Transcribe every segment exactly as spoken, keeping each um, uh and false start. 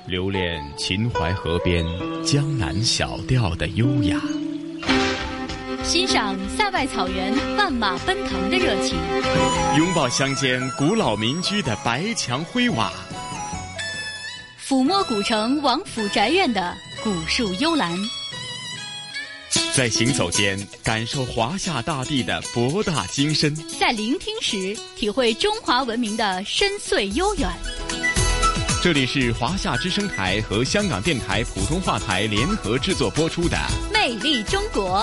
留恋秦淮河边江南小调的优雅， 欣赏塞外草原万马奔腾的热情， 拥抱乡间古老民居的白墙灰瓦， 抚摸古城王府宅院的古树幽兰， 在行走间感受华夏大地的博大精深， 在聆听时体会中华文明的深邃悠远。 这里是华夏之声台和香港电台普通话台联合制作播出的《 魅力中国》。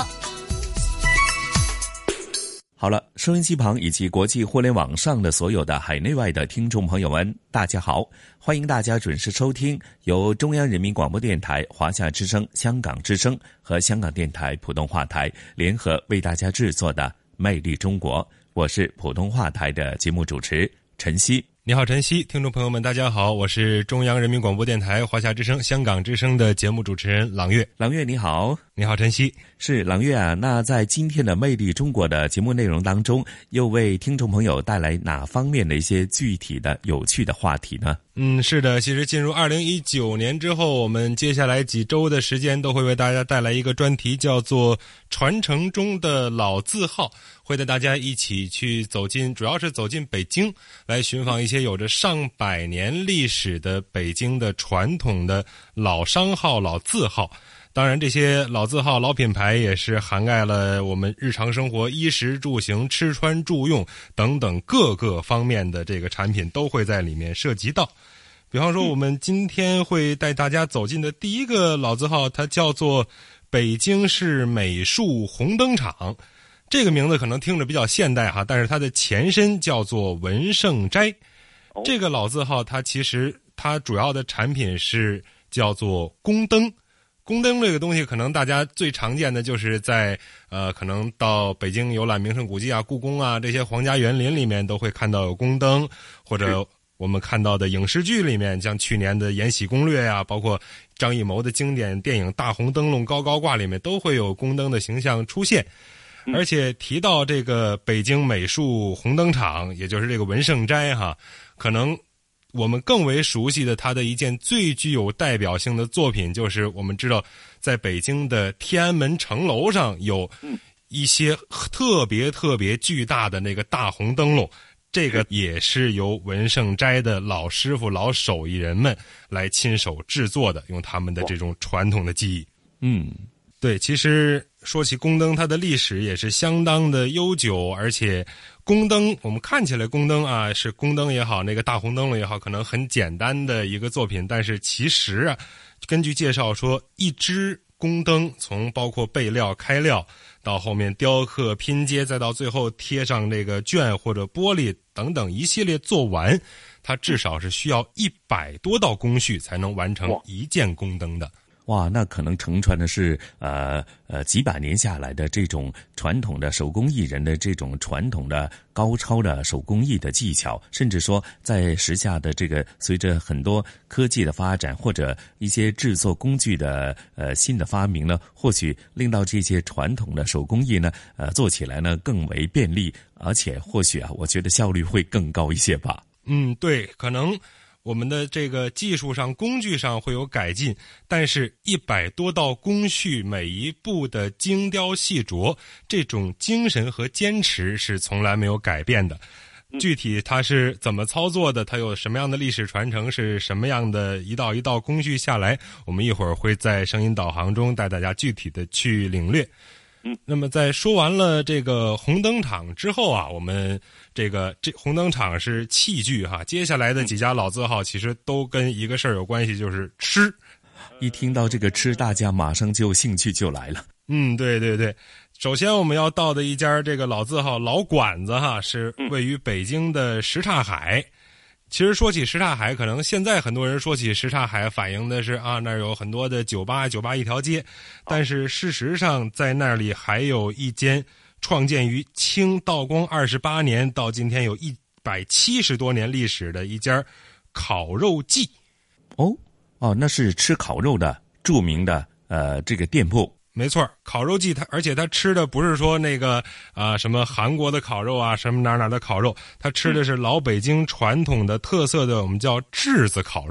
好了，收音机旁以及国际互联网上的所有的海内外的听众朋友们，大家好，欢迎大家准时收听由中央人民广播电台、华夏之声、香港之声和香港电台普通话台联合为大家制作的《魅力中国》，我是普通话台的节目主持陈曦。 你好，陈曦，听众朋友们，大家好，我是中央人民广播电台、华夏之声、香港之声的节目主持人朗月。 朗月你好。 你好，陈曦。 是朗月啊，那在今天的《魅力中国》的节目内容当中，又为听众朋友带来哪方面的一些具体的有趣的话题呢？ 嗯，是的，其实进入二零一九年之后，我们接下来几周的时间都会为大家带来一个专题，叫做传承中的老字号，会带大家一起去走进，主要是走进北京，来寻访一些有着上百年历史的北京的传统的老商号、老字号。当然这些老字号、老品牌也是涵盖了我们日常生活衣食住行、吃穿住用等等各个方面的这个产品都会在里面涉及到。比方说我们今天会带大家走进的第一个老字号，它叫做北京市美术红灯厂。这个名字可能听着比较现代哈，但是它的前身叫做文盛斋。这个老字号它其实它主要的产品是叫做宫灯。宫灯这个东西可能大家最常见的就是在呃，可能到北京游览名胜古迹啊、故宫啊这些皇家园林里面都会看到有宫灯，或者我们看到的影视剧里面，像去年的《延禧攻略》呀，包括张艺谋的经典电影《大红灯笼高高挂》里面都会有宫灯的形象出现。而且提到这个北京美术红灯厂，也就是这个文盛斋哈，可能我们更为熟悉的他的一件最具有代表性的作品，就是我们知道在北京的天安门城楼上有一些特别特别巨大的那个大红灯笼，这个也是由文盛斋的老师傅、老手艺人们来亲手制作的，用他们的这种传统的技艺。 嗯， 对，其实说起宫灯，它的历史也是相当的悠久，而且宫灯我们看起来宫灯啊是宫灯也好，那个大红灯笼也好，可能很简单的一个作品，但是其实啊，根据介绍说，一只宫灯从包括备料、开料到后面雕刻、拼接，再到最后贴上这个卷或者玻璃等等一系列做完，它至少是需要一百多道工序才能完成一件宫灯的。 哇，那可能承传的是呃呃几百年下来的这种传统的手工艺人的这种传统的高超的手工艺的技巧，甚至说在时下的这个随着很多科技的发展或者一些制作工具的呃新的发明呢，或许令到这些传统的手工艺呢呃做起来呢更为便利，而且或许啊我觉得效率会更高一些吧。 嗯，对，可能我们的这个技术上、工具上会有改进，但是一百多道工序，每一步的精雕细琢，这种精神和坚持是从来没有改变的。具体它是怎么操作的，它有什么样的历史传承，是什么样的一道一道工序下来，我们一会儿会在声音导航中带大家具体的去领略。那么在说完了这个红灯厂之后啊，我们这个这红灯厂是器具哈，接下来的几家老字号其实都跟一个事儿有关系，就是吃。 一听到这个吃，大家马上就兴趣就来了。 嗯，对对对。首先我们要到的一家这个老字号老馆子哈，是位于北京的什刹海。其实说起什刹海，可能现在很多人说起什刹海反映的是啊，那儿有很多的酒吧，酒吧一条街。但是事实上在那里还有一间创建于清道光二十八年到今天有一百七十多年历史的一家烤肉记。 哦哦，那是吃烤肉的著名的呃这个店铺。 没错，烤肉季它，而且它吃的不是说那个啊、呃、什么韩国的烤肉啊，什么哪哪的烤肉，它吃的是老北京传统的特色的我们叫炙子烤肉。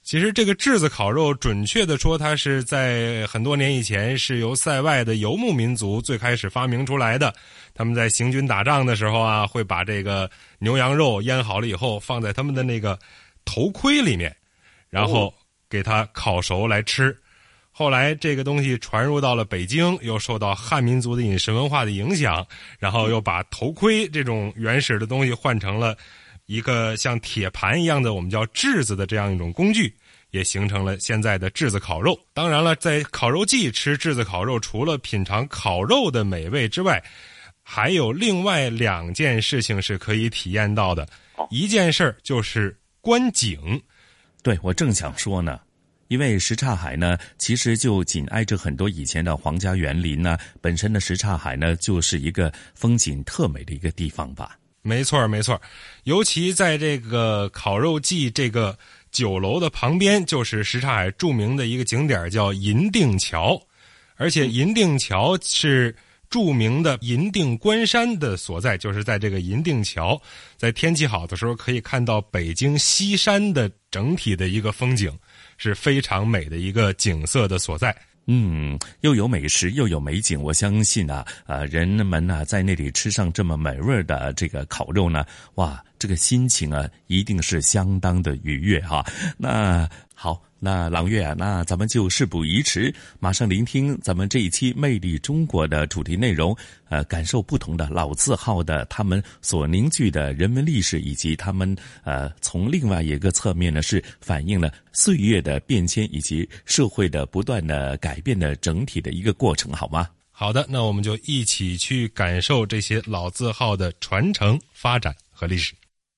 其实这个炙子烤肉，准确的说，它是在很多年以前是由塞外的游牧民族最开始发明出来的。他们在行军打仗的时候啊，会把这个牛羊肉腌好了以后，放在他们的那个头盔里面，然后给它烤熟来吃。后来这个东西传入到了北京，又受到汉民族的饮食文化的影响，然后又把头盔这种原始的东西换成了一个像铁盘一样的我们叫炙子的这样一种工具，也形成了现在的炙子烤肉。当然了，在烤肉季吃炙子烤肉，除了品尝烤肉的美味之外，还有另外两件事情是可以体验到的。一件事儿就是观景。 对，我正想说呢，因为什刹海呢，其实就紧挨着很多以前的皇家园林呢，本身的什刹海呢，就是一个风景特美的一个地方吧。 没错没错，尤其在这个烤肉季，这个酒楼的旁边就是什刹海著名的一个景点叫银锭桥，而且银锭桥是著名的银锭关山的所在，就是在这个银锭桥，在天气好的时候可以看到北京西山的整体的一个风景，是非常美的一个景色的所在。 嗯，又有美食又有美景，我相信啊，呃，人们呢、啊、在那里吃上这么美味的这个烤肉呢，哇，这个心情啊一定是相当的愉悦哈。那好，那朗月啊，那咱们就事不宜迟，马上聆听咱们这一期《魅力中国》的主题内容，呃，感受不同的老字号的他们所凝聚的人文历史，以及他们呃从另外一个侧面呢是反映了岁月的变迁以及社会的不断的改变的整体的一个过程，好吗？ 好的，那我们就一起去感受这些老字号的传承、发展和历史。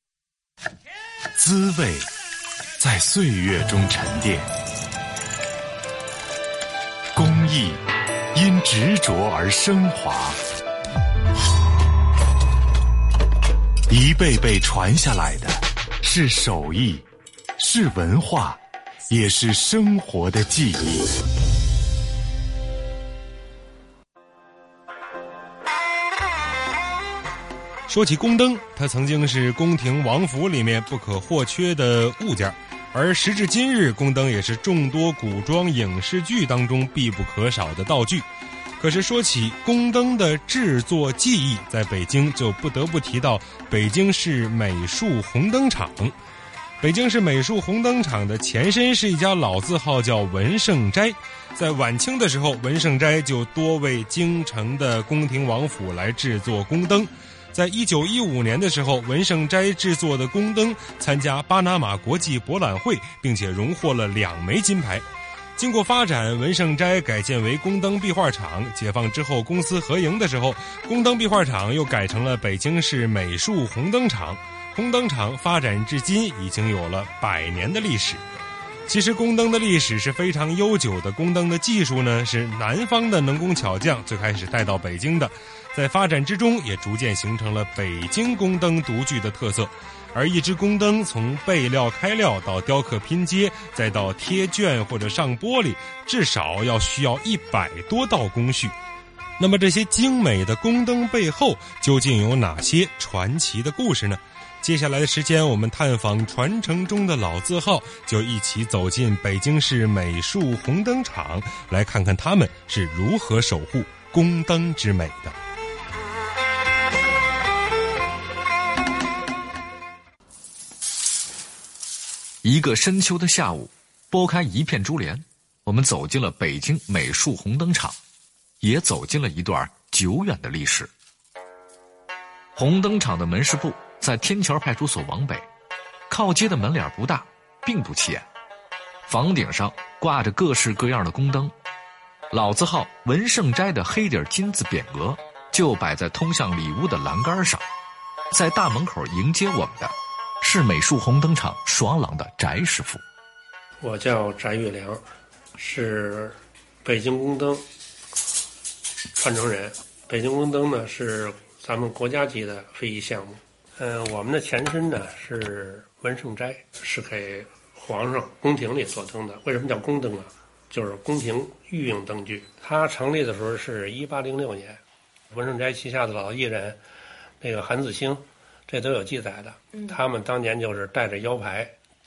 滋味在岁月中沉淀，工艺因执着而升华，一辈辈传下来的是手艺，是文化，也是生活的记忆。 说起宫灯，它曾经是宫廷王府里面不可或缺的物件，而时至今日，宫灯也是众多古装影视剧当中必不可少的道具。可是说起宫灯的制作技艺，在北京就不得不提到北京市美术红灯厂。北京市美术红灯厂的前身是一家老字号叫文盛斋，在晚清的时候，文盛斋就多为京城的宫廷王府来制作宫灯。在一九一五年的时候，文盛斋制作的宫灯参加巴拿马国际博览会，并且荣获了两枚金牌。经过发展，文盛斋改建为宫灯壁画厂。解放之后，公私合营的时候，宫灯壁画厂又改成了北京市美术红灯厂。红灯厂发展至今已经有了百年的历史。其实宫灯的历史是非常悠久的，宫灯的技术呢是南方的能工巧匠最开始带到北京的，在发展之中也逐渐形成了北京宫灯独具的特色。而一只宫灯从备料开料到雕刻拼接，再到贴卷或者上玻璃，至少要需要一百多道工序。那么这些精美的宫灯背后究竟有哪些传奇的故事呢？接下来的时间，我们探访传承中的老字号，就一起走进北京市美术红灯厂，来看看他们是如何守护宫灯之美的。 一个深秋的下午，拨开一片珠帘，我们走进了北京美术红灯厂，也走进了一段久远的历史。红灯厂的门市部在天桥派出所往北，靠街的门脸不大，并不起眼，房顶上挂着各式各样的宫灯，老字号文盛斋的黑底金字匾额就摆在通向里屋的栏杆上。在大门口迎接我们的是美术红灯厂爽朗的翟师傅。 我叫翟月良，是北京宫灯传承人。北京宫灯呢是咱们国家级的非遗项目。嗯、呃，我们的前身呢是文盛斋，是给皇上宫廷里所灯的。为什么叫宫灯啊？就是宫廷御用灯具。它成立的时候是一八零六年，文盛斋旗下的老艺人，那个韩子兴，这都有记载的。他们当年就是带着腰牌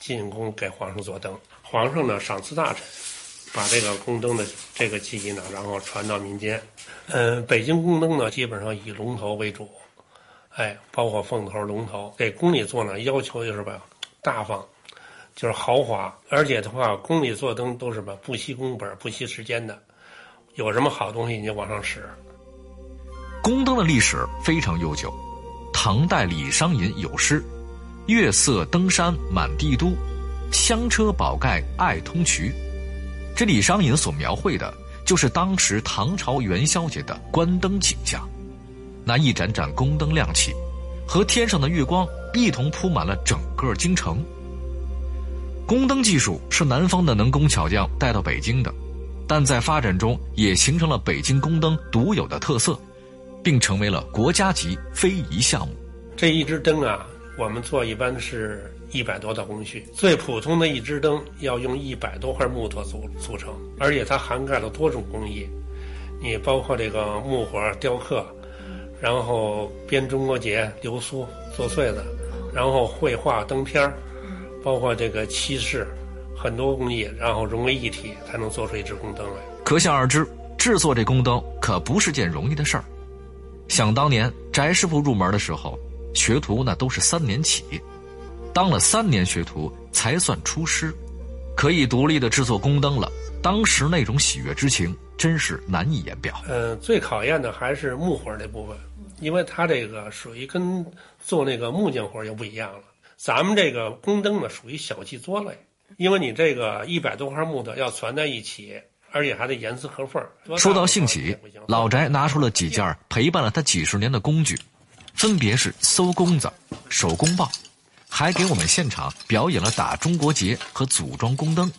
进宫给皇上做灯。皇上呢赏赐大臣，把这个宫灯的这个技艺呢，然后传到民间。嗯、呃，北京宫灯呢，基本上以龙头为主，哎，包括凤头、龙头。给宫里做呢，要求就是吧，大方，就是豪华，而且的话，宫里做灯都是吧，不惜工本、不惜时间的。有什么好东西你就往上使。 宫灯的历史非常悠久，唐代李商隐有诗：“月色登山满帝都，香车宝盖爱通衢。”这李商隐所描绘的就是当时唐朝元宵节的观灯景象。那一盏盏宫灯亮起，和天上的月光一同铺满了整个京城。宫灯技术是南方的能工巧匠带到北京的，但在发展中也形成了北京宫灯独有的特色，并成为了国家级非遗项目。 这一支灯啊，我们做一般是一百多道工序，最普通的一支灯要用一百多块木头组组成，而且它涵盖了多种工艺，你包括这个木活雕刻，然后编中国结、流苏、做穗子，然后绘画灯片，包括这个漆饰，很多工艺，然后融为一体，才能做出一支宫灯来。 可想而知，制作这宫灯可不是件容易的事儿。想当年翟师傅入门的时候，学徒那都是三年起，当了三年学徒才算出师，可以独立的制作宫灯了。当时那种喜悦之情真是难以言表。 呃，最考验的还是木活这部分，因为它这个属于跟做那个木匠活又不一样了。咱们这个宫灯呢属于小器作类，因为你这个一百多块木头要攒在一起，而且还得严丝合缝。 说到兴起，老翟拿出了几件陪伴了他几十年的工具，分别是搜弓子、手工棒，还给我们现场表演了打中国结和组装宫灯。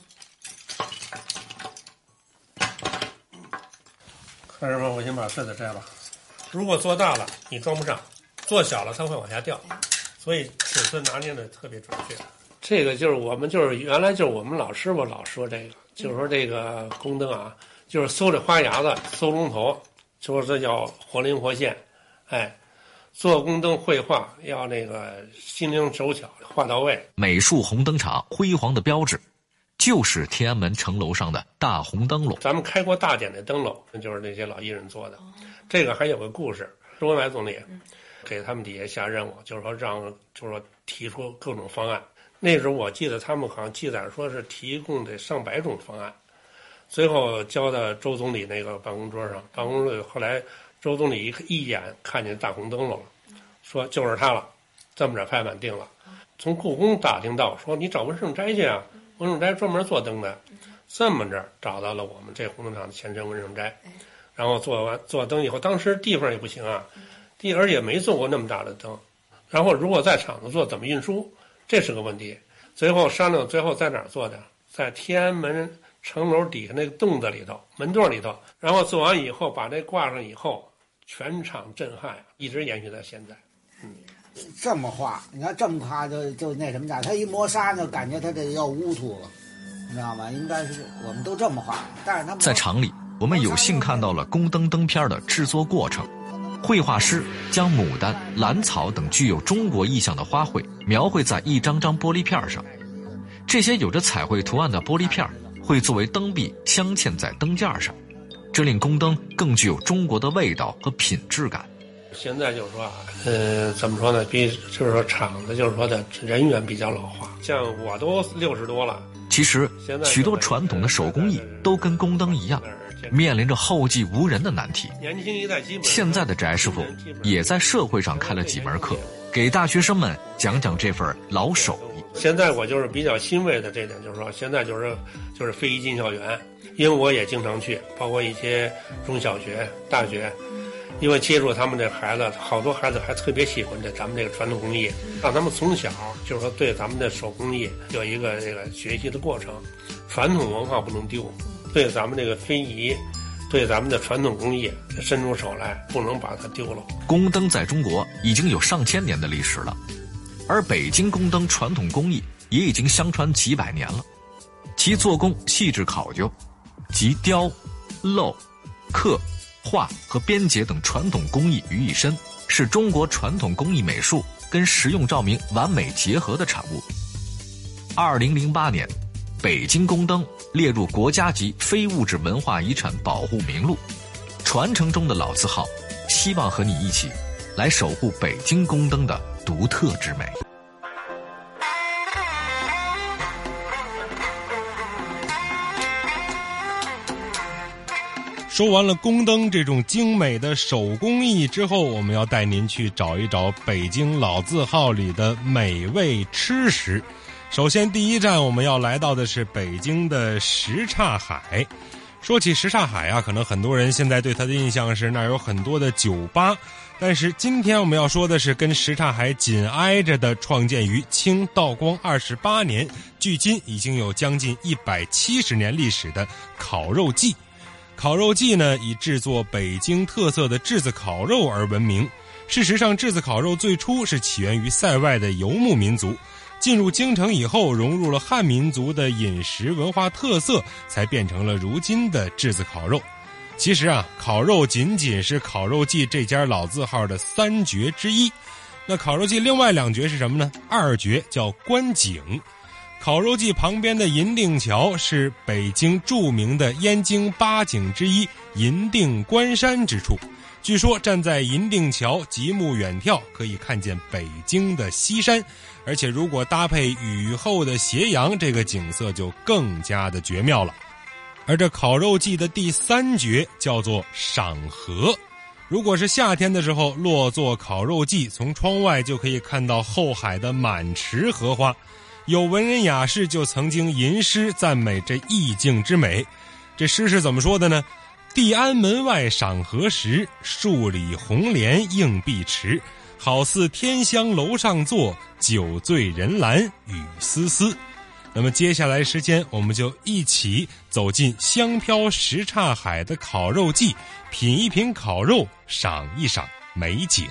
看什么？我先把穗子摘了。如果做大了，你装不上；做小了，它会往下掉，所以尺寸拿捏的特别准确。这个就是我们就是原来就是我们老师傅老说这个，就是说这个宫灯啊，就是搜这花牙子、搜龙头，就说这叫活灵活现。哎，做宫灯绘画要那个心灵手巧，画到位。 美术红灯厂辉煌的标志，就是天安门城楼上的大红灯笼。 咱们开过大典的灯笼，就是那些老艺人做的。这个还有个故事，周恩来总理给他们底下下任务，就是说让，就是说提出各种方案。那时候我记得他们好像记载说是提供得上百种方案，最后交到周总理那个办公桌上。办公桌后来周总理一一眼看见大红灯笼了，说就是他了，这么着拍板定了。从故宫打听到说你找文胜斋去啊，文胜斋专门做灯的，这么着找到了我们这红灯厂的前身文胜斋，然后做完做灯以后，当时地方也不行啊，地而且没做过那么大的灯，然后如果在厂子做怎么运输，这是个问题。最后商量，最后在哪儿做的？在天安门城楼底下那个洞子里头，门洞里头。然后做完以后，把这挂上以后，全场震撼，一直延续到现在。嗯， 这么画，你看这么画就就那什么点，它一磨砂就感觉它这要污秃了，你知道吗？应该是我们都这么画，但是它在厂里，我们有幸看到了宫灯灯片的制作过程。绘画师将牡丹、兰草等具有中国意象的花卉描绘在一张张玻璃片上，这些有着彩绘图案的玻璃片会作为灯壁镶嵌在灯架上，这令宫灯更具有中国的味道和品质感。 现在就是说啊，呃，怎么说呢？比就是说厂子就是说的人员比较老化，像我都六十多了。 其实，许多传统的手工艺都跟宫灯一样，面临着后继无人的难题。 年轻一代基本现在的翟师傅也在社会上开了几门课，给大学生们讲讲这份老手艺。 现在我就是比较欣慰的这点，就是说现在就是就是非遗进校园，因为我也经常去，包括一些中小学、大学。因为接触他们这孩子，好多孩子还特别喜欢这咱们这个传统工艺，让他们从小就是说对咱们的手工艺有一个这个学习的过程，传统文化不能丢，对咱们这个非遗，对咱们的传统工艺伸出手来，不能把它丢了。 宫灯在中国已经有上千年的历史了，而北京宫灯传统工艺也已经相传几百年了，其做工细致考究，集雕、镂、刻、画和编结等传统工艺于一身，是中国传统工艺美术跟实用照明完美结合的产物。 二零零八年，北京宫灯列入国家级非物质文化遗产保护名录。传承中的老字号，希望和你一起来守护北京宫灯的独特之美。 说完了宫灯这种精美的手工艺之后，我们要带您去找一找北京老字号里的美味吃食。首先第一站我们要来到的是北京的什刹海。说起什刹海啊，可能很多人现在对它的印象是那儿有很多的酒吧，但是今天我们要说的是跟什刹海紧挨着的，创建于清道光二十八年，距今已经有将近一百七十年历史的烤肉季。烤肉季呢，以制作北京特色的炙子烤肉而闻名。事实上，炙子烤肉最初是起源于塞外的游牧民族，进入京城以后，融入了汉民族的饮食文化特色，才变成了如今的炙子烤肉。其实啊，烤肉仅仅是烤肉季这家老字号的三绝之一。那烤肉季另外两绝是什么呢？二绝叫观景。烤肉季旁边的银锭桥是北京著名的燕京八景之一银锭关山之处。据说站在银锭桥极目远眺，可以看见北京的西山，而且如果搭配雨后的斜阳，这个景色就更加的绝妙了。而这烤肉季的第三绝叫做赏荷。如果是夏天的时候，落座烤肉季，从窗外就可以看到后海的满池荷花。有文人雅士就曾经吟诗赞美这意境之美。这诗是怎么说的呢？地安门外赏荷时，数里红莲映碧池。好似天香楼上坐，酒醉人兰雨丝丝。那么接下来时间，我们就一起走进香飘什刹海的烤肉季，品一品烤肉，赏一赏美景。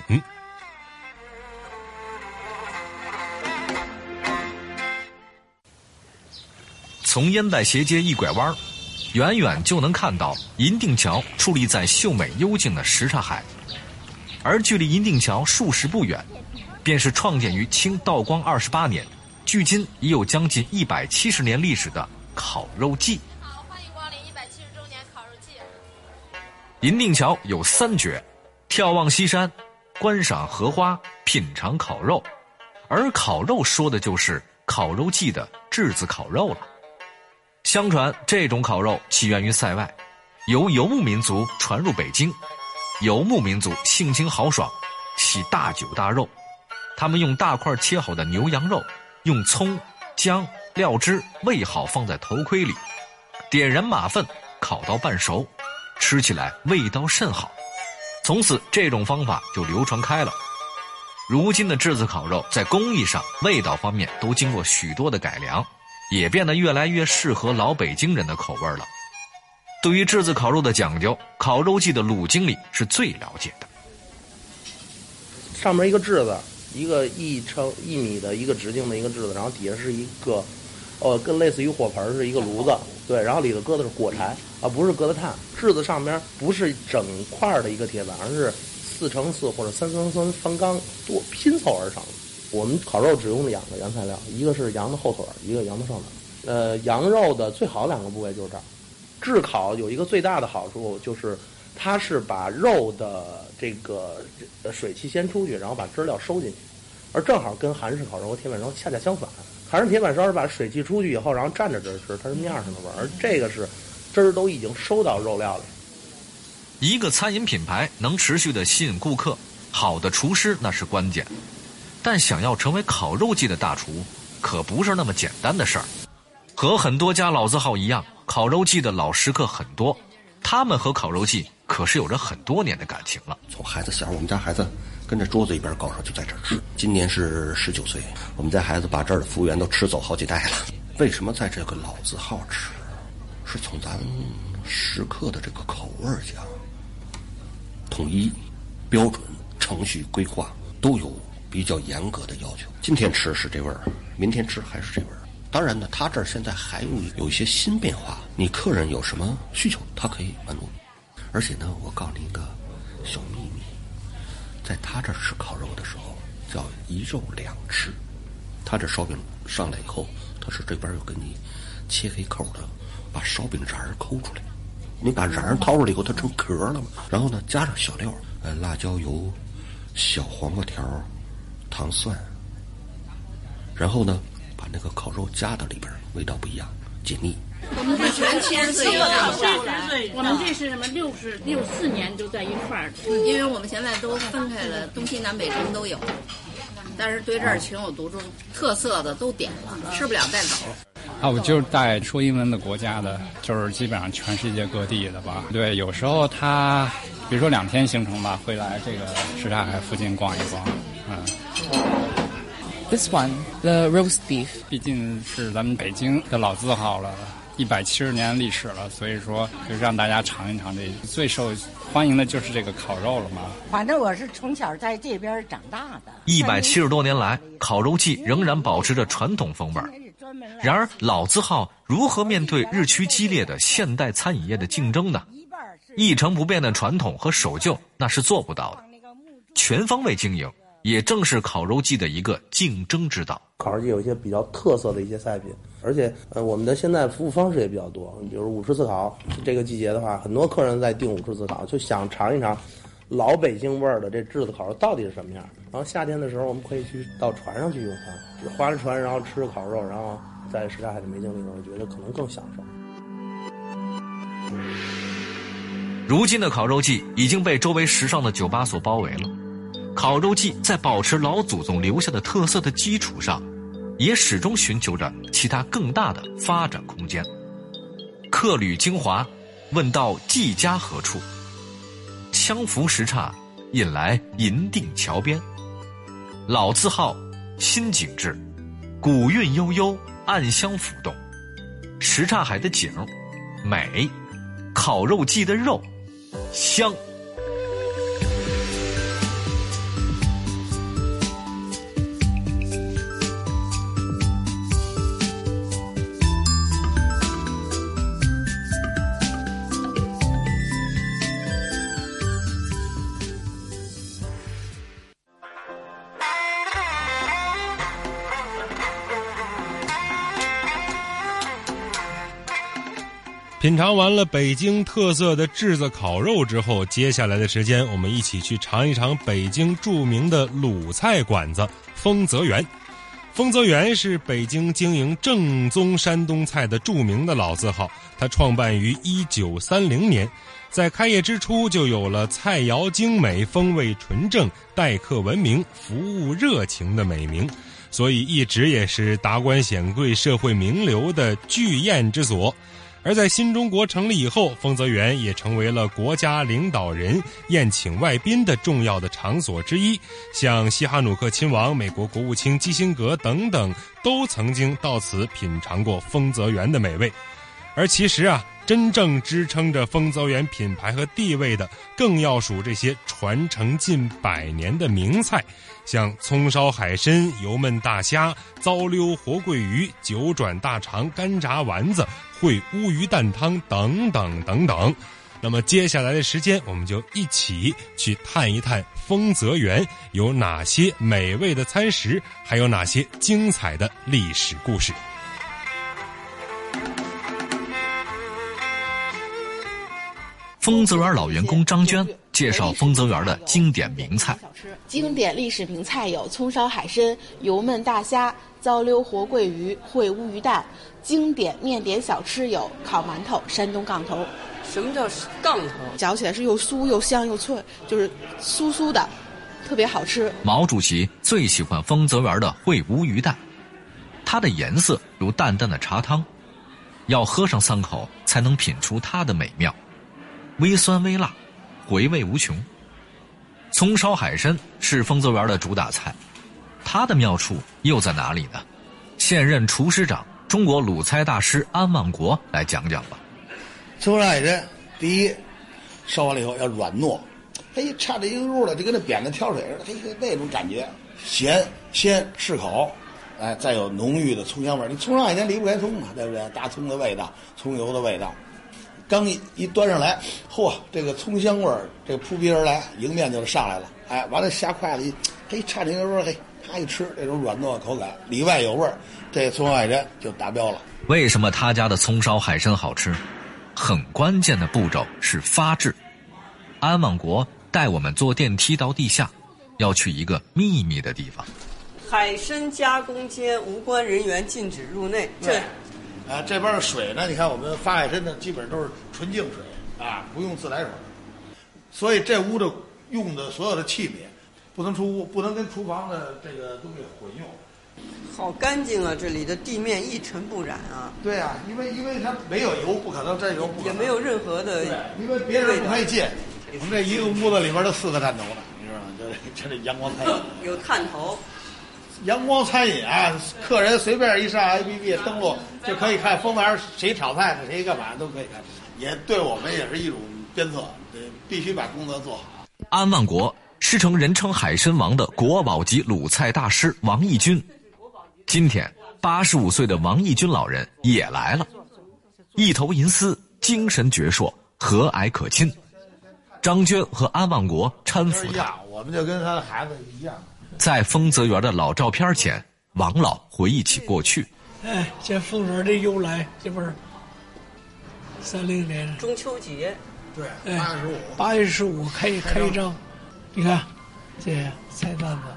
从烟袋斜街一拐弯，远远就能看到银锭桥矗立在秀美幽静的什刹海，而距离银锭桥数十步远，便是创建于清道光二十八年，距今已有将近一百七十年历史的烤肉季。 好，欢迎光临一百七十周年烤肉季。 银锭桥有三绝：眺望西山、观赏荷花、品尝烤肉。而烤肉说的就是烤肉季的炙子烤肉了。相传这种烤肉起源于塞外，由游牧民族传入北京。游牧民族性情豪爽，喜大酒大肉，他们用大块切好的牛羊肉，用葱、姜、料汁煨好放在头盔里，点燃马粪烤到半熟，吃起来味道甚好。从此这种方法就流传开了。如今的炙子烤肉在工艺上、味道方面都经过许多的改良，也变得越来越适合老北京人的口味了。对于炙子烤肉的讲究，烤肉季的鲁经理是最了解的。 上面一个炙子，一个一乘一米的一个直径的一个炙子，然后底下是一个，呃，跟类似于火盆是一个炉子，对，然后里头搁的是火柴，啊，不是搁的炭。炙子上面不是整块的一个铁板，而是四乘四或者三乘三方钢多拼凑而成。我们烤肉只用两个原材料，一个是羊的后腿，一个羊的上腿。呃，羊肉的最好两个部位就是这儿。炙烤有一个最大的好处，就是它是把肉的这个水汽先出去，然后把汁料收进去，而正好跟韩式烤肉和铁板烧恰恰相反。韩式铁板烧是把水汽出去以后，然后蘸着汁吃，它是面上的味儿，而这个是汁儿都已经收到肉料里。 一个餐饮品牌能持续的吸引顾客，好的厨师那是关键。但想要成为烤肉季的大厨，可不是那么简单的事儿。和很多家老字号一样，烤肉季的老食客很多，他们和烤肉季可是有着很多年的感情了。 从孩子小，我们家孩子跟着桌子一边高上就在这儿吃，今年是十九岁，我们家孩子把这儿的服务员都吃走好几代了。为什么在这个老字号吃？是从咱们食客的这个口味讲，统一、标准、程序规划都有比较严格的要求。今天吃是这味儿，明天吃还是这味儿。当然呢，他这儿现在还有有一些新变化，你客人有什么需求，他可以满足。而且呢，我告诉你一个小秘密，在他这儿吃烤肉的时候叫一肉两吃。他这烧饼上来以后， 它是这边有给你切开口的，把烧饼瓤抠出来，你把瓤掏出来以后它成壳了嘛。然后呢加上小料，呃辣椒油、小黄瓜条、糖蒜，然后呢把那个烤肉加到里边，味道不一样，解腻。 我们这全七十岁以上，七十岁，我们这是什么六十六四年就在一块儿， 因为我们现在都分开了，东西南北城都有，但是对这儿情有独钟，特色的都点了，吃不了带走。 啊，我就是带说英文的国家的，就是基本上全世界各地的吧。对，有时候他比如说两天行程吧，会来这个什刹海附近逛一逛，嗯。 This one, the roast beef， 毕竟是咱们北京的老字号了，一百七十年历史了，所以说就让大家尝一尝这最受欢迎的就是这个烤肉了嘛。 反正我是从小在这边长大的。 一百七十多年来，烤肉季仍然保持着传统风味。然而，老字号如何面对日趋激烈的现代餐饮业的竞争呢？一成不变的传统和守旧那是做不到的，全方位经营也正是烤肉季的一个竞争之道。 烤肉季有一些比较特色的一些菜品，而且呃，我们的现在服务方式也比较多，比如五十次烤，这个季节的话，很多客人在订五十次烤，就想尝一尝老北京味儿的这炙子烤肉到底是什么样。然后夏天的时候，我们可以去到船上去用餐，划着船，然后吃烤肉，然后在什刹海的美景里头，我觉得可能更享受。 如今的烤肉季已经被周围时尚的酒吧所包围了。烤肉季在保持老祖宗留下的特色的基础上，也始终寻求着其他更大的发展空间。客旅精华，问道季家何处？羌服什刹，引来银锭桥边。老字号，新景致，古韵悠悠，暗香浮动。什刹海的景美，烤肉季的肉香。 品尝完了北京特色的炙子烤肉之后，接下来的时间我们一起去尝一尝北京著名的鲁菜馆子丰泽园。丰泽园是北京经营正宗山东菜的著名的老字号，它创办于一九三零年，在开业之初就有了菜肴精美、风味纯正、待客文明、服务热情的美名，所以一直也是达官显贵、社会名流的聚宴之所。而在新中国成立以后，丰泽园也成为了国家领导人宴请外宾的重要的场所之一，像西哈努克亲王、美国国务卿基辛格等等都曾经到此品尝过丰泽园的美味。而其实啊，真正支撑着丰泽园品牌和地位的，更要数这些传承近百年的名菜，像葱烧海参、油焖大虾、糟溜活桂鱼、九转大肠、干炸丸子、烩乌鱼蛋汤等等等等。那么接下来的时间，我们就一起去探一探丰泽园有哪些美味的餐食，还有哪些精彩的历史故事。 丰泽园老员工张娟介绍丰泽园的经典名菜。 经典历史名菜有葱烧海参、油焖大虾、糟溜活桂鱼、烩乌鱼蛋。经典面点小吃有烤馒头、山东杠头。 什么叫杠头？ 嚼起来是又酥又香又脆，就是酥酥的，特别好吃。 毛主席最喜欢丰泽园的烩乌鱼蛋，它的颜色如淡淡的茶汤，要喝上三口才能品出它的美妙。微酸微辣，回味无穷。葱烧海参是丰泽园的主打菜，它的妙处又在哪里呢？现任厨师长、中国鲁菜大师安万国来讲讲吧。 葱烧海参，第一，烧完了以后要软糯，嘿，差着一个入的，就跟那扁担挑水似的，嘿，那种感觉，咸鲜适口，哎，再有浓郁的葱香味。你葱烧海参离不开葱嘛，对不对？大葱的味道，葱油的味道。刚一一端上来，嚯，这个葱香味儿，这个扑鼻而来，迎面就上来了。哎，完了下筷子一，嘿，差点一个味儿，嘿， 咔一吃，这种软糯口感，里外有味儿，这葱烧海参就达标了。 为什么他家的葱烧海参好吃？很关键的步骤是发制。安万国带我们坐电梯到地下，要去一个秘密的地方。 海参加工间无关人员禁止入内。这， 啊，这边的水呢，你看我们发海参的基本都是纯净水啊，不用自来水，所以这屋的用的所有的器皿不能出屋，不能跟厨房的这个东西混用。 好干净啊！这里的地面一尘不染啊。 对啊，因为因为它没有油，不可能这油不可能， 也没有任何的， 因为别人不可以进。我们这一个屋子里边都四个探头呢，你知道吗？就这这阳光餐饮有探头， 阳光餐饮啊，客人随便一上 A P P 登录就可以看蜂园谁炒菜的，谁干嘛都可以看，也对我们也是一种鞭策，必须把工作做好。 安万国师承人称海参王的国宝级鲁菜大师王义军。今天八十五岁的王义军老人也来了，一头银丝，精神矍铄，和蔼可亲。张娟和安万国搀扶他， 我们就跟他的孩子一样。 在丰泽园的老照片前，王老回忆起过去。 哎，这丰泽的由来，这不是三零年中秋节， 对，八月十五， 八月十五开开张。你看，这菜单子，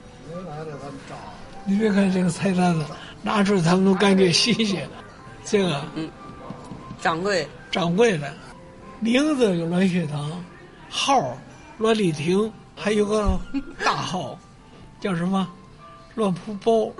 你别看这个菜单子，拿出来他们都感觉新鲜。这个， 嗯，掌柜， 掌柜的，名字有栾学堂，号栾丽婷，还有个大号叫什么栾蒲包。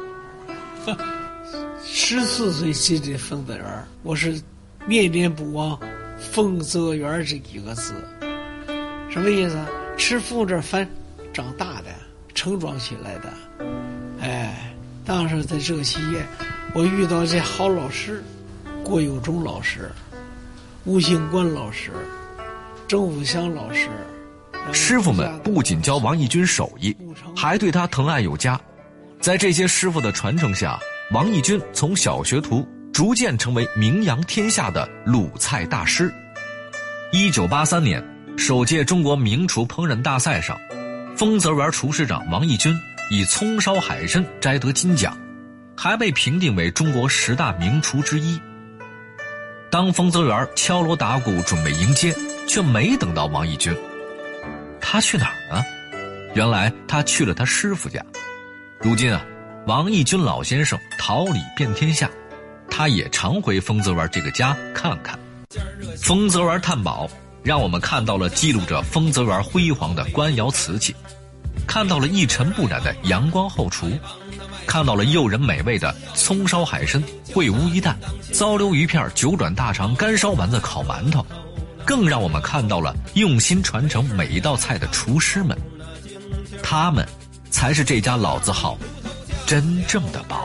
十四岁进的丰泽园，我是念念不忘丰泽园这几个字，什么意思？吃丰泽饭长大的，成长起来的。哎，当时在这个期间，我遇到这好老师，郭有忠老师、吴兴官老师、郑福祥老师。 师傅们不仅教王义军手艺，还对他疼爱有加。在这些师傅的传承下，王义军从小学徒逐渐成为名扬天下的鲁菜大师。一九八三年，首届中国名厨烹饪大赛上，丰泽园厨师长王义军以葱烧海参摘得金奖，还被评定为中国十大名厨之一。当丰泽园敲锣打鼓准备迎接，却没等到王义军。他去哪儿呢？原来他去了他师傅家。如今啊，王义军老先生桃李遍天下，他也常回丰泽园这个家看看。丰泽园探宝让我们看到了记录着丰泽园辉煌的官窑瓷器，看到了一尘不染的阳光后厨，看到了诱人美味的葱烧海参、烩乌鸡蛋、糟溜鱼片、九转大肠、干烧丸子、烤馒头，更让我们看到了用心传承每一道菜的厨师们，他们才是这家老字号真正的宝。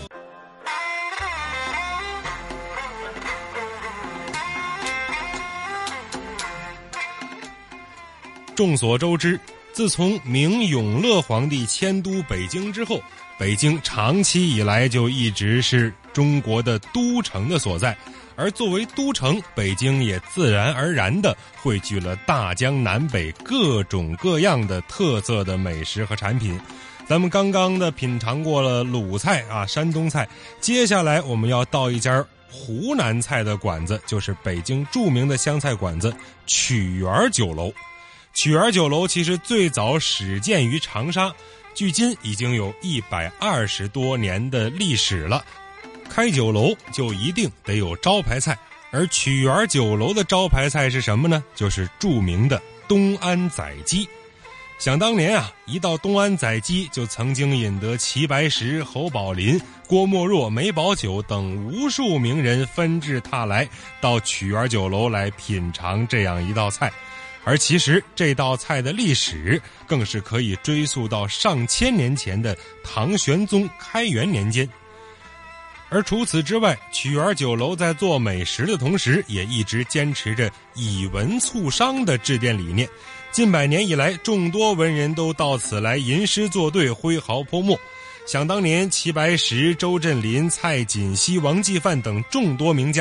众所周知，自从明永乐皇帝迁都北京之后，北京长期以来就一直是中国的都城的所在，而作为都城，北京也自然而然地汇聚了大江南北各种各样的特色的美食和产品。咱们刚刚的品尝过了鲁菜啊，山东菜，接下来我们要到一家湖南菜的馆子，就是北京著名的湘菜馆子曲园酒楼。曲园酒楼其实最早始建于长沙，距今已经有一百二十多年的历史了。开酒楼就一定得有招牌菜，而曲园酒楼的招牌菜是什么呢？就是著名的东安宰鸡。想当年啊，一道东安宰鸡就曾经引得齐白石、侯宝林、郭沫若、梅葆玖等无数名人纷至沓来到曲园酒楼来品尝这样一道菜。而其实这道菜的历史更是可以追溯到上千年前的唐玄宗开元年间。而除此之外，曲园酒楼在做美食的同时，也一直坚持着以文促商的制店理念。近百年以来，众多文人都到此来吟诗作对，挥毫泼墨。想当年，齐白石、周振林、蔡锦熙、王继范等众多名家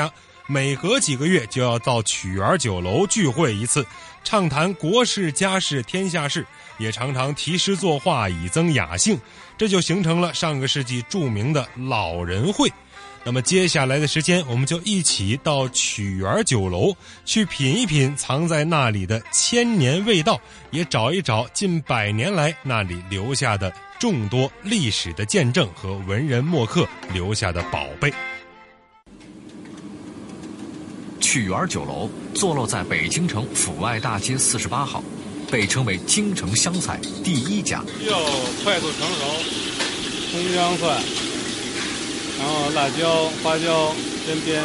每隔几个月就要到曲园酒楼聚会一次，畅谈国事家事天下事，也常常题诗作画以增雅兴，这就形成了上个世纪著名的老人会。那么接下来的时间，我们就一起到曲园酒楼去品一品藏在那里的千年味道，也找一找近百年来那里留下的众多历史的见证和文人墨客留下的宝贝。 曲园酒楼坐落在北京城阜外大街四十八号，被称为京城湘菜第一家。 肉快速成熟，葱姜蒜，然后辣椒、花椒、鲜边。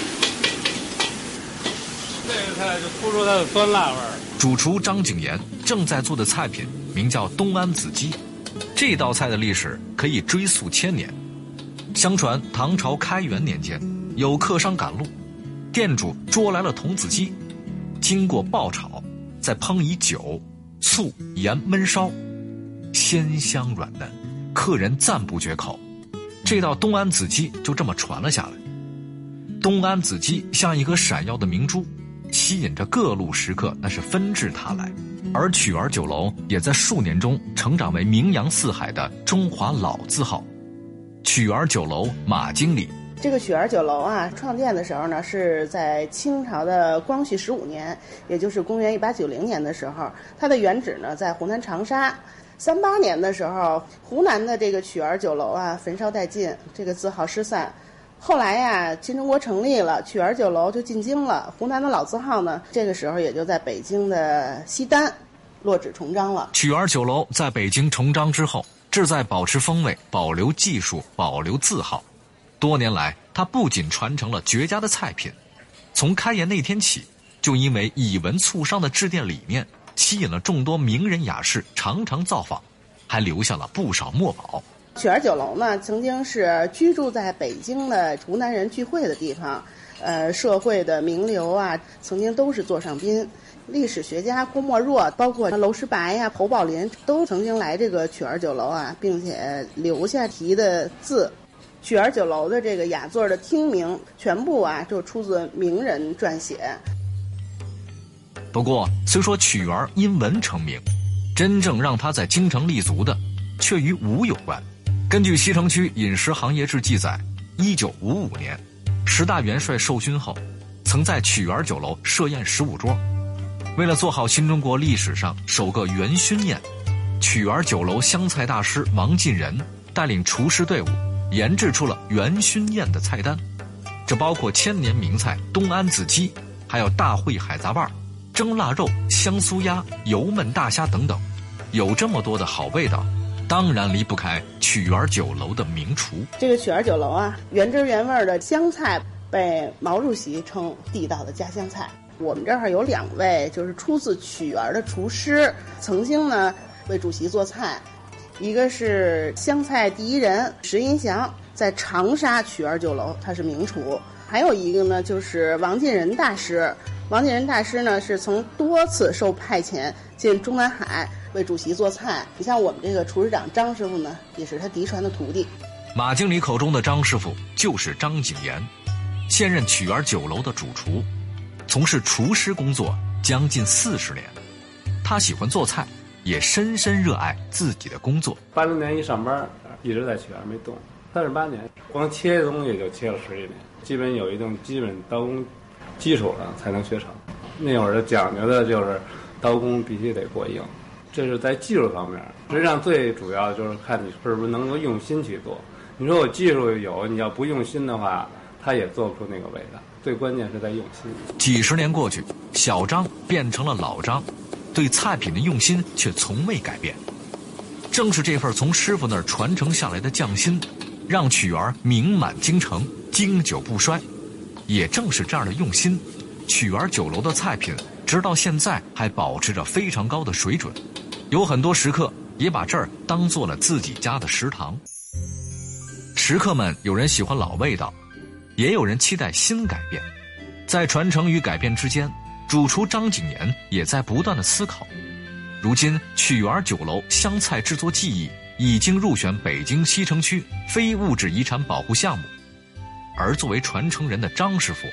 这个菜就突出它的酸辣味儿。 主厨张景言正在做的菜品名叫东安子鸡，这道菜的历史可以追溯千年。相传唐朝开元年间，有客商赶路，店主捉来了童子鸡，经过爆炒，再烹以酒、醋、盐焖烧，鲜香软嫩，客人赞不绝口。这道东安子鸡就这么传了下来。东安子鸡像一颗闪耀的明珠，吸引着各路食客，那是纷至沓来。而曲园酒楼也在数年中成长为名扬四海的中华老字号。曲园酒楼马经理， 这个曲园酒楼啊，创建的时候呢，是在清朝的光绪十五年，也就是公元一八九零年的时候，它的原址呢在湖南长沙。三八年的时候，湖南的这个曲园酒楼啊焚烧殆尽，这个字号失散。后来呀，新中国成立了，曲园酒楼就进京了。湖南的老字号呢，这个时候也就在北京的西单落址重张了。 曲园酒楼在北京重张之后，志在保持风味、保留技术、保留字号。多年来，它不仅传承了绝佳的菜品，从开业那天起，就因为以文促商的制店理念，吸引了众多名人雅士常常造访，还留下了不少墨宝。 曲园酒楼呢，曾经是居住在北京的湖南人聚会的地方，呃，社会的名流啊，曾经都是座上宾。历史学家郭沫若，包括娄师白呀、侯宝林，都曾经来这个曲园酒楼啊，并且留下题的字。曲园酒楼的这个雅座的厅名，全部啊就出自名人撰写。 不过，虽说曲园因文成名，真正让它在京城立足的，却与武有关。根据西城区饮食行业志记载，一九五五年，十大元帅授勋后，曾在曲园酒楼设宴十五桌。为了做好新中国历史上首个元勋宴，曲园酒楼湘菜大师王进仁带领厨师队伍研制出了元勋宴的菜单，这包括千年名菜东安子鸡，还有大烩海杂拌、蒸腊肉、香酥鸭、油焖大虾等等。有这么多的好味道，当然离不开曲园酒楼的名厨。 这个曲园酒楼啊，原汁原味的湘菜被毛主席称地道的家乡菜。我们这儿有两位就是出自曲园的厨师，曾经呢为主席做菜。一个是湘菜第一人石银祥，在长沙曲园酒楼他是名厨。还有一个呢就是王进仁大师。王进仁大师呢是曾多次受派遣进中南海为主席做菜。你像我们这个厨师长张师傅呢，也是他嫡传的徒弟。 马经理口中的张师傅就是张景言，现任曲园酒楼的主厨，从事厨师工作将近四十年。他喜欢做菜，也深深热爱自己的工作。 八零年一上班，一直在曲园没动，三十八年，光切东西就切了十几年，基本有一定基本刀工基础了才能学成。那会儿讲究的就是刀工必须得过硬，这是在技术方面。实际上最主要的就是看你是不是能够用心去做。你说我技术有，你要不用心的话，他也做不出那个味道。最关键是在用心。 几十年过去，小张变成了老张，对菜品的用心却从未改变。正是这份从师傅那儿传承下来的匠心，让曲园名满京城，经久不衰。也正是这样的用心，曲园酒楼的菜品直到现在还保持着非常高的水准。有很多食客也把这儿当做了自己家的食堂。食客们有人喜欢老味道，也有人期待新改变。在传承与改变之间，主厨张景言也在不断的思考。如今曲园酒楼湘菜制作技艺已经入选北京西城区非物质遗产保护项目，而作为传承人的张师傅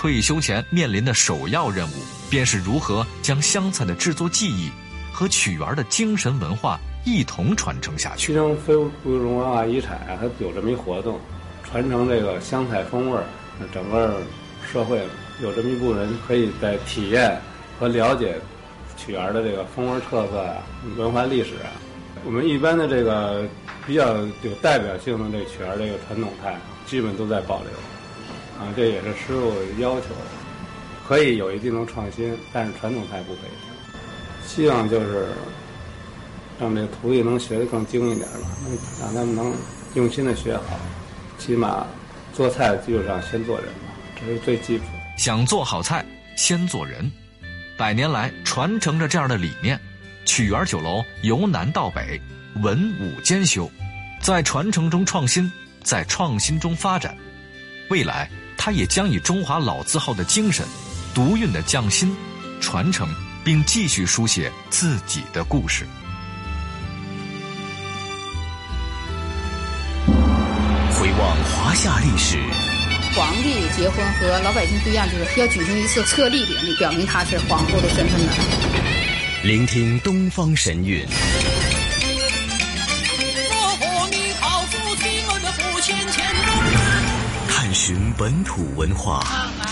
退休前面临的首要任务，便是如何将湘菜的制作技艺和曲园的精神文化一同传承下去。 西城非物质文化遗产啊，它有这么一活动，传承这个湘菜风味儿，整个社会有这么一部分人可以在体验和了解曲园的这个风味特色啊、文化历史啊。我们一般的这个比较有代表性的这曲园这个传统菜，基本都在保留啊，这也是师傅要求的。可以有一定的创新，但是传统菜不可以。希望就是让这个徒弟能学得更精一点吧，让他们能用心的学好，起码做菜的基础上先做人吧，这是最基础的。 想做好菜，先做人。百年来传承着这样的理念，曲园酒楼由南到北，文武兼修，在传承中创新，在创新中发展。未来，它也将以中华老字号的精神，独运的匠心，传承并继续书写自己的故事。 回望华夏历史， 皇帝结婚和老百姓不一样，就是要举行一次册立典礼，表明他是皇后的身份的。 聆听东方神韵，探寻本土文化，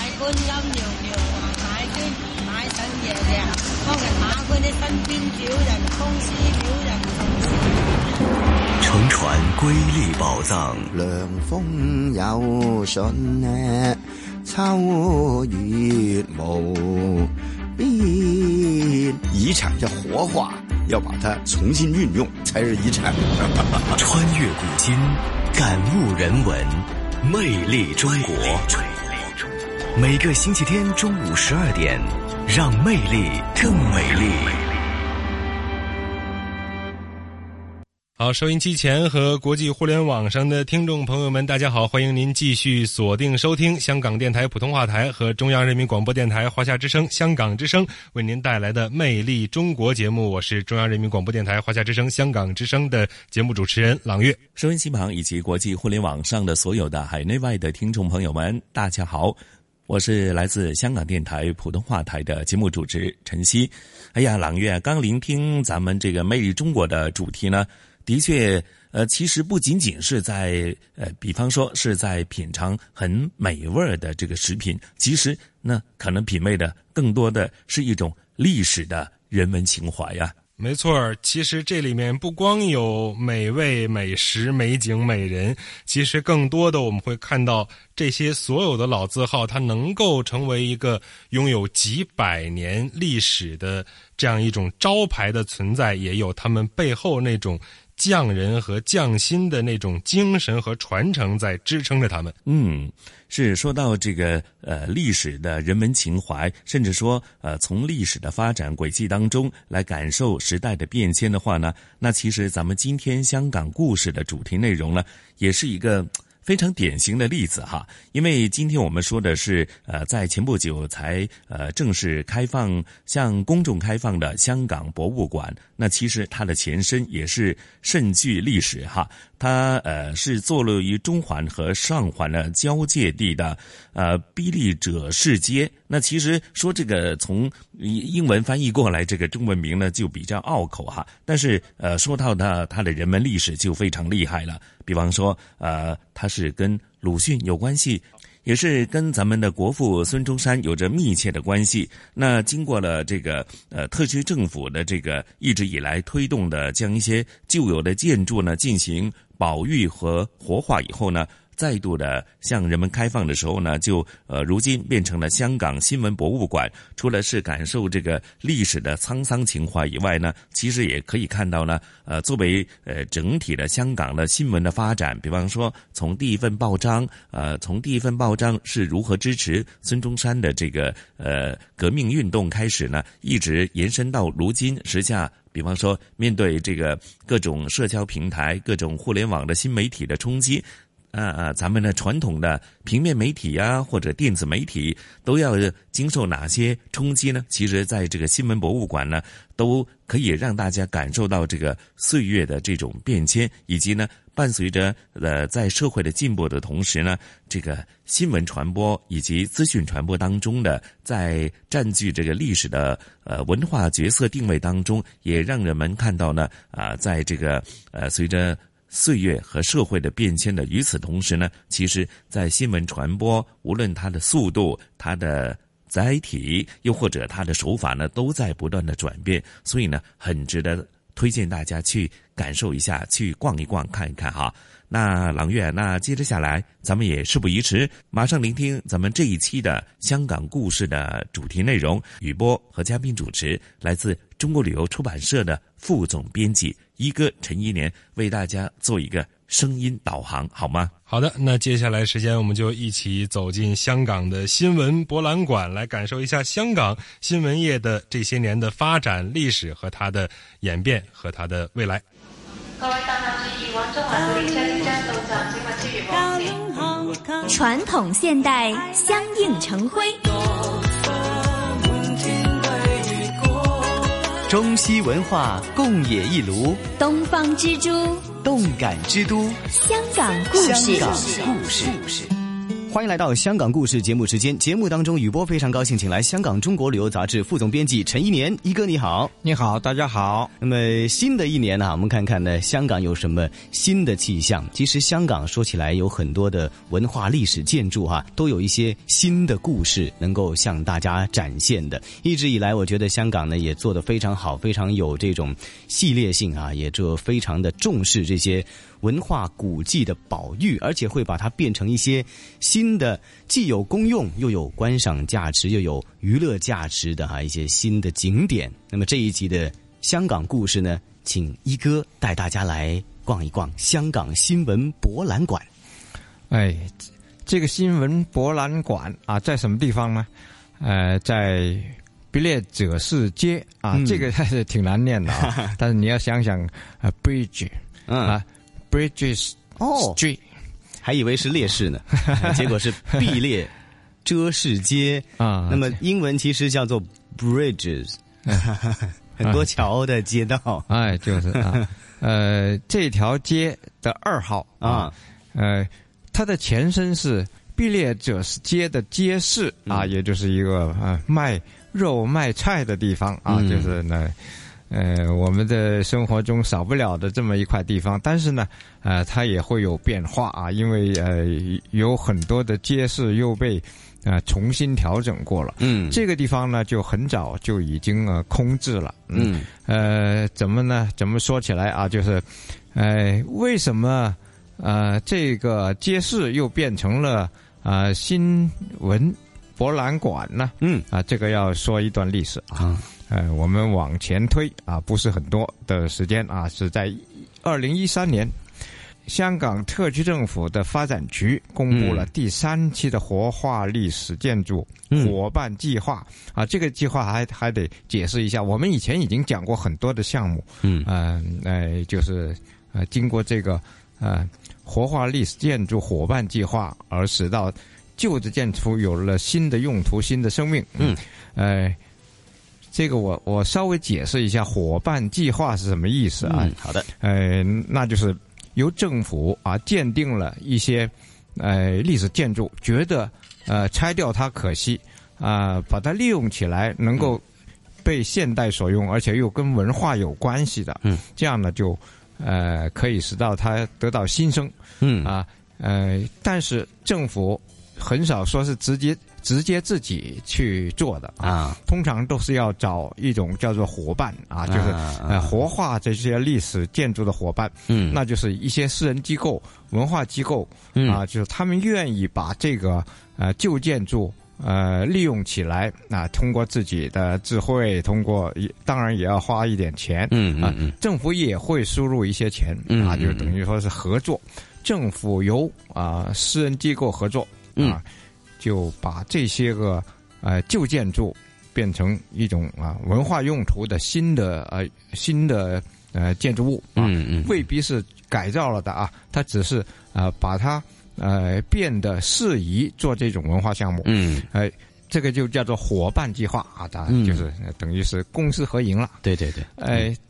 乘船瑰丽宝藏。 涼風有信呢，秋月無邊。遺產要活化，要把它重新運用，才是遺產。 穿越古今，感悟人文，魅力中國。每個星期天中午十二點，讓魅力更美麗。 好，收音机前和国际互联网上的听众朋友们，大家好，欢迎您继续锁定收听香港电台普通话台和中央人民广播电台华夏之声、香港之声为您带来的魅力中国节目。我是中央人民广播电台华夏之声、香港之声的节目主持人朗月。 收音机旁以及国际互联网上的所有的海内外的听众朋友们，大家好，我是来自香港电台普通话台的节目主持陈曦。哎呀，朗月刚聆听咱们这个魅力中国的主题呢，的确，呃，其实不仅仅是在呃，比方说是在品尝很美味的这个食品，其实呢，可能品味的更多的是一种历史的人文情怀呀。 没错，其实这里面不光有美味、美食、美景、美人，其实更多的我们会看到这些所有的老字号，它能够成为一个拥有几百年历史的这样一种招牌的存在，也有他们背后那种匠人和匠心的那种精神和传承在支撑着他们。 嗯，是说到这个呃历史的人文情怀，甚至说呃从历史的发展轨迹当中来感受时代的变迁的话呢，那其实咱们今天香港故事的主题内容呢，也是一个非常典型的例子哈。因为今天我们说的是呃在前不久才呃正式开放向公众开放的香港博物馆，那其实它的前身也是甚具历史哈。它呃是坐落于中环和上环的交界地的呃比利者士街。那其实说这个从英文翻译过来，这个中文名呢就比较拗口哈。但是呃说到它它的人文历史就非常厉害了。比方说呃它是跟鲁迅有关系，也是跟咱们的国父孙中山有着密切的关系。那经过了这个呃特区政府的这个一直以来推动的将一些旧有的建筑呢进行保育和活化以后呢，再度的向人们开放的时候呢，就呃如今变成了香港新闻博物馆。除了是感受这个历史的沧桑情怀以外呢，其实也可以看到呢，呃作为呃整体的香港的新闻的发展，比方说从第一份报章，呃从第一份报章是如何支持孙中山的这个呃革命运动开始呢，一直延伸到如今时下。比方说面对这个各种社交平台、各种互联网的新媒体的冲击，啊啊，咱们的传统的平面媒体呀、啊，或者电子媒体都要经受哪些冲击呢？其实在这个新闻博物馆呢，都可以让大家感受到这个岁月的这种变迁，以及呢， 伴随着呃在社会的进步的同时呢，这个新闻传播以及资讯传播当中的，在占据这个历史的呃文化角色定位当中，也让人们看到呢啊、呃，在这个呃随着岁月和社会的变迁的与此同时呢，其实在新闻传播，无论它的速度、它的载体，又或者它的手法呢，都在不断的转变，所以呢，很值得推荐大家去感受一下，去逛一逛，看一看哈。那朗月，那接着下来，咱们也事不宜迟，马上聆听咱们这一期的香港故事的主题内容。雨波和嘉宾主持，来自中国旅游出版社的副总编辑一哥陈一年，为大家做一个声音导航，好吗？ 好的，那接下来时间我们就一起走进香港的新闻博览馆，来感受一下香港新闻业的这些年的发展历史和它的演变和它的未来。 各位搭客注意，往中环古列車即將到站，請勿超越黃線。 傳統現代相映成輝， 中西文化共冶一爐， 東方之珠， 動感之都， 香港故事。 香港故事。欢迎来到香港故事节目时间，节目当中雨波非常高兴请来香港中国旅游杂志副总编辑陈一年，一哥你好。 你好，大家好。 那么新的一年呢、啊，我们看看呢香港有什么新的气象。其实香港说起来有很多的文化历史建筑哈、啊，都有一些新的故事能够向大家展现的。一直以来我觉得香港呢也做得非常好，非常有这种系列性啊，也就非常的重视这些文化古迹的保育，而且会把它变成一些新的既有公用又有观赏价值又有娱乐价值的哈一些新的景点。那么这一集的香港故事呢，请一哥带大家来逛一逛香港新闻博览馆。 哎，这个新闻博览馆啊，在什么地方呢？呃，在必列者士街啊、嗯，这个还是挺难念的啊。但是你要想想啊 ，bridge 啊。Bridges Street，、哦、 还以为是烈士呢，结果是必列遮士街啊。那么英文其实叫做 Bridges， 很多桥的街道。 哎，就是啊，呃，这条街的二号啊，呃，它的前身是必列者士街的街市啊、嗯，也就是一个啊卖肉卖菜的地方啊，嗯、就是那。呃，我们的生活中少不了的这么一块地方，但是呢，呃，它也会有变化啊，因为呃有很多的街市又被呃重新调整过了。嗯，这个地方呢就很早就已经呃空置了。嗯，呃，怎么呢？怎么说起来啊？就是，呃，为什么呃这个街市又变成了呃新闻博览馆呢？嗯，啊，这个要说一段历史啊。呃，我们往前推啊，不是很多的时间啊，是在二零一三年，香港特区政府的发展局公布了第三期的活化历史建筑伙伴计划、嗯、啊，这个计划还还得解释一下，我们以前已经讲过很多的项目，嗯，呃，呃就是呃，经过这个呃活化历史建筑伙伴计划而使到旧的建筑有了新的用途、新的生命，嗯，呃。这个我我稍微解释一下伙伴计划是什么意思啊？ 嗯、好的， 呃，那就是由政府啊鉴定了一些呃历史建筑，觉得呃拆掉它可惜啊、呃，把它利用起来能够被现代所用，而且又跟文化有关系的，嗯，这样呢就呃可以使到它得到新生，嗯啊呃，但是政府很少说是直接。直接自己去做的啊，通常都是要找一种叫做伙伴啊，就是呃活化这些历史建筑的伙伴，嗯，那就是一些私人机构、文化机构啊，就是他们愿意把这个呃旧建筑呃利用起来啊，通过自己的智慧，通过当然也要花一点钱，嗯啊，政府也会输入一些钱啊，就等于说是合作，政府由啊私人机构合作啊。就把这些个呃旧建筑变成一种啊文化用途的新的呃新的呃建筑物啊，嗯嗯，未必是改造了的啊，它只是呃把它呃变得适宜做这种文化项目，嗯，呃这个就叫做伙伴计划啊，它就是等于是公私合营了。 对对对， 呃，当然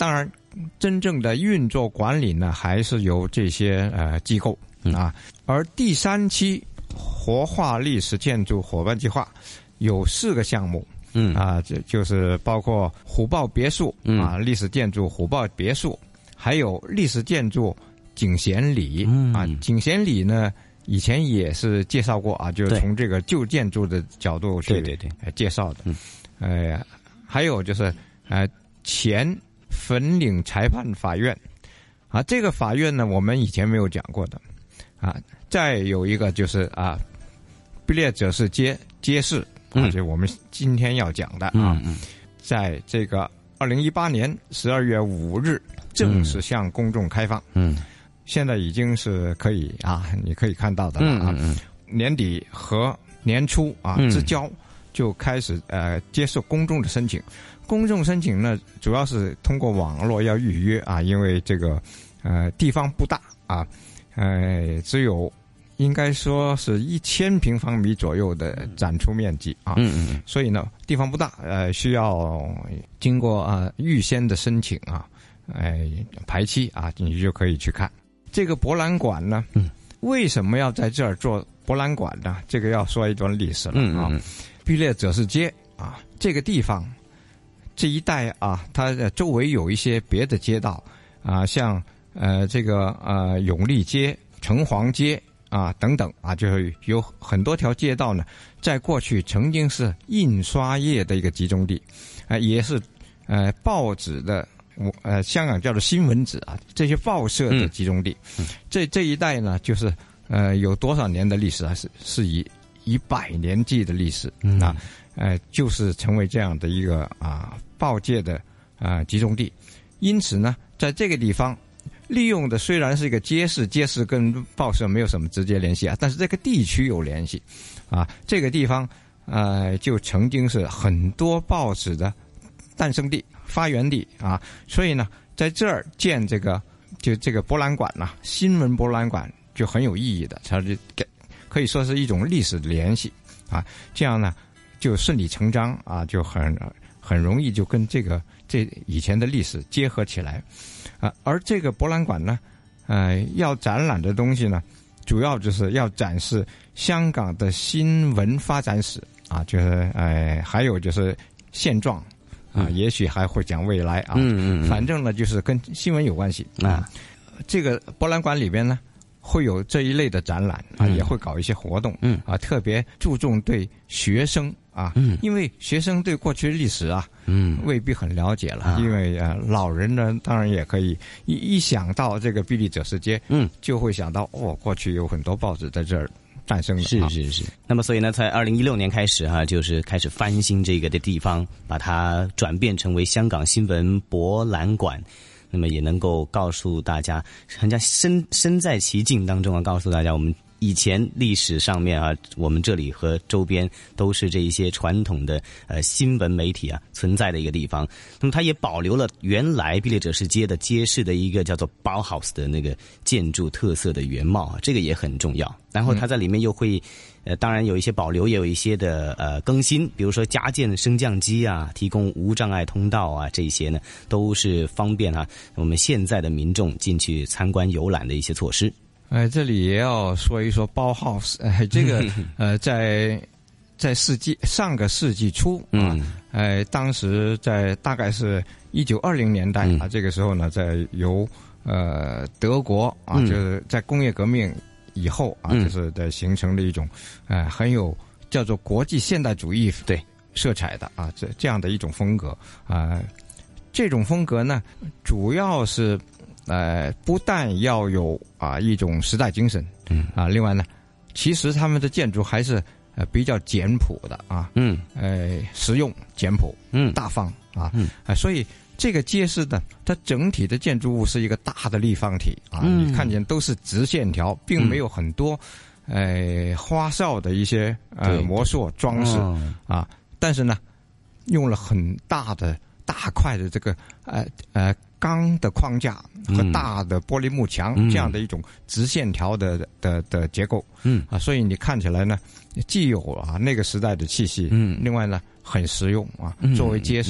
真正的运作管理呢，还是由这些呃机构啊。而第三期活化历史建筑伙伴计划有四个项目。嗯啊，就就是包括虎豹别墅、嗯、啊，历史建筑虎豹别墅，还有历史建筑景贤里、嗯、啊。景贤里呢，以前也是介绍过啊，就是从这个旧建筑的角度去对对对、呃、介绍的。嗯，呃，还有就是呃前粉岭裁判法院啊，这个法院呢，我们以前没有讲过的啊。再有一个就是啊，毕列者士街街市。啊，这我们今天要讲的啊，嗯、在这个二零一八年十二月五日正式向公众开放。嗯，现在已经是可以啊，你可以看到的了啊。嗯嗯、年底和年初啊之交就开始呃接受公众的申请。公众申请呢，主要是通过网络要预约啊，因为这个呃地方不大啊，呃只有。应该说是一千平方米左右的展出面积啊，嗯嗯，所以呢地方不大，呃，需要经过啊、呃、预先的申请啊，哎、呃、排期啊，你就可以去看这个博览馆呢。嗯，为什么要在这儿做博览馆呢？这个要说一段历史了啊。嗯嗯、毕列者士街啊，这个地方这一带啊，它的周围有一些别的街道啊，像呃这个呃永利街、城隍街。啊，等等啊，就是有很多条街道呢，在过去曾经是印刷业的一个集中地，啊、呃，也是呃报纸的，呃香港叫做新闻纸啊，这些报社的集中地。嗯、这这一带呢，就是呃有多少年的历史啊？是是以以百年计的历史、嗯、啊，呃，就是成为这样的一个啊报界的啊集中地。因此呢，在这个地方。利用的虽然是一个街市，街市跟报社没有什么直接联系啊，但是这个地区有联系，啊，这个地方呃就曾经是很多报纸的诞生地、发源地啊，所以呢，在这儿建这个就这个博览馆呐、啊，新闻博览馆就很有意义的，它就可以说是一种历史联系啊，这样呢就顺理成章啊，就很很容易就跟这个这以前的历史结合起来。啊，而这个博览馆呢，呃，要展览的东西呢，主要就是要展示香港的新闻发展史啊，就是呃，还有就是现状啊，嗯、也许还会讲未来啊，嗯嗯，反正呢就是跟新闻有关系啊。这个博览馆里边呢，会有这一类的展览啊，嗯、也会搞一些活动，嗯啊，特别注重对学生。啊，嗯，因为学生对过去的历史啊，嗯，未必很了解了。啊、因为呃，老人呢，当然也可以一一想到这个毕列者士街，嗯，就会想到哦，过去有很多报纸在这儿诞生的。 是是是。那么，所以呢，在二零一六年开始哈、啊，就是开始翻新这个的地方，把它转变成为香港新闻博览馆。那么也能够告诉大家，人家身身在其境当中啊，告诉大家我们。以前历史上面啊，我们这里和周边都是这一些传统的呃新闻媒体啊存在的一个地方。那么它也保留了原来毕列者士街的街市的一个叫做 Bauhaus 的那个建筑特色的原貌啊，这个也很重要。然后它在里面又会呃，当然有一些保留，也有一些的呃更新，比如说加建升降机啊，提供无障碍通道啊，这些呢都是方便啊我们现在的民众进去参观游览的一些措施。 呃，这里也要说一说包 house， 呃，这个呃，在在世纪上个世纪初啊，嗯、呃，当时在大概是一九二零年代啊，嗯、这个时候呢，在由呃德国啊，嗯、就是在工业革命以后啊，嗯、就是在形成了一种呃很有叫做国际现代主义对色彩的啊这这样的一种风格啊、呃，这种风格呢，主要是。呃，不但要有啊一种时代精神，嗯啊，另外呢，其实他们的建筑还是呃比较简朴的啊，嗯，呃，实用简朴，嗯，大方啊，嗯啊，所以这个街市呢，它整体的建筑物是一个大的立方体啊，嗯、你看见都是直线条，并没有很多、嗯、呃花哨的一些呃模塑装饰、哦、啊，但是呢，用了很大的大块的这个呃呃。钢的框架和大的玻璃幕墙、嗯、这样的一种直线条的的的结构，嗯啊，所以你看起来呢，既有啊那个时代的气息，嗯，另外呢很实用啊，嗯、作为街市，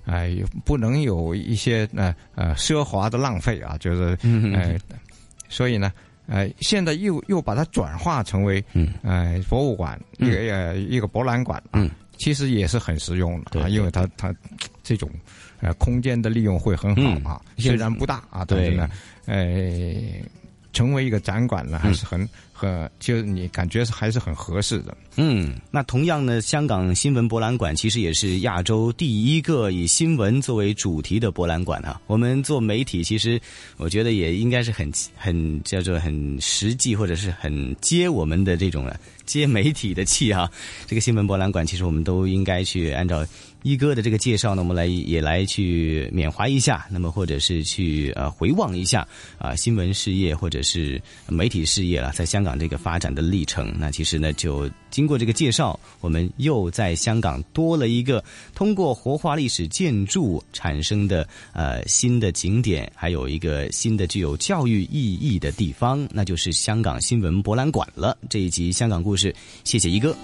呃，不能有一些呃呃奢华的浪费啊，就是呃，所以呢。呃，现在又又把它转化成为嗯呃博物馆，一个呃一个博览馆啊，嗯，其实也是很实用的啊，因为它它这种呃空间的利用会很好啊，嗯、虽然不大啊，但是呢，呃，成为一个展馆呢，还是很很就是你感觉还是很合适的。 嗯，那同样呢，香港新闻博览馆其实也是亚洲第一个以新闻作为主题的博览馆啊。我们做媒体，其实我觉得也应该是很很叫做很实际，或者是很接我们的这种接媒体的气啊。这个新闻博览馆，其实我们都应该去按照一哥的这个介绍呢，我们来也来去缅怀一下，那么或者是去呃回望一下啊、呃、新闻事业或者是媒体事业了，在香港这个发展的历程。那其实呢，就经过这个介绍，我们又在香港多了一个通过活化历史建筑产生的呃新的景点，还有一个新的具有教育意义的地方，那就是香港新闻博览馆了。这一集香港故事，谢谢一哥。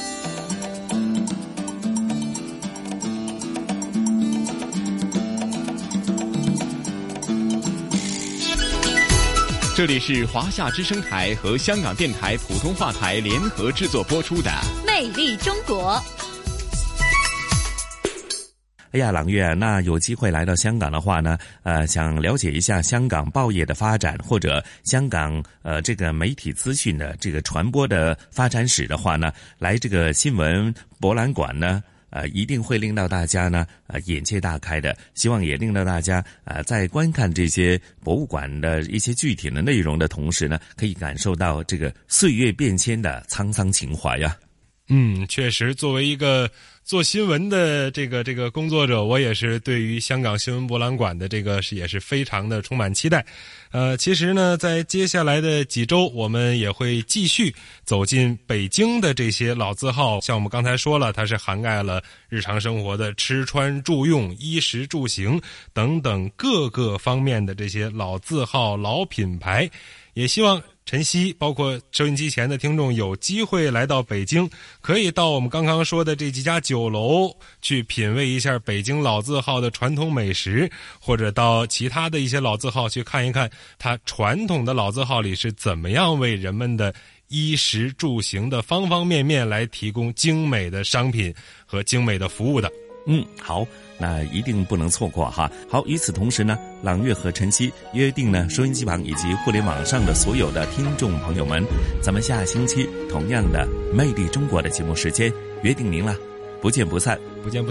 这里是华夏之声台和香港电台普通话台联合制作播出的《 魅力中国》。 哎呀，朗月，那有机会来到香港的话呢，呃，想了解一下香港报业的发展，或者香港呃这个媒体资讯的这个传播的发展史的话呢，来这个新闻博览馆呢。呃，一定会令到大家呢，呃，眼界大开的。希望也令到大家，呃，在观看这些博物馆的一些具体的内容的同时呢，可以感受到这个岁月变迁的沧桑情怀呀。 嗯，确实，作为一个做新闻的这个这个工作者，我也是对于香港新闻博览馆的这个是也是非常的充满期待。呃，其实呢，在接下来的几周，我们也会继续走进北京的这些老字号。像我们刚才说了，它是涵盖了日常生活的吃穿住用、衣食住行等等各个方面的这些老字号、老品牌。也希望晨曦包括收音机前的听众有机会来到北京，可以到我们刚刚说的这几家酒楼去品味一下北京老字号的传统美食，或者到其他的一些老字号去看一看它传统的老字号里是怎么样为人们的衣食住行的方方面面来提供精美的商品和精美的服务的。 嗯，好，那一定不能错过哈。好，与此同时呢，朗月和晨曦约定呢，收音机旁以及互联网上的所有的听众朋友们，咱们下星期同样的魅力中国的节目时间约定您了，不见不散， 不见不散。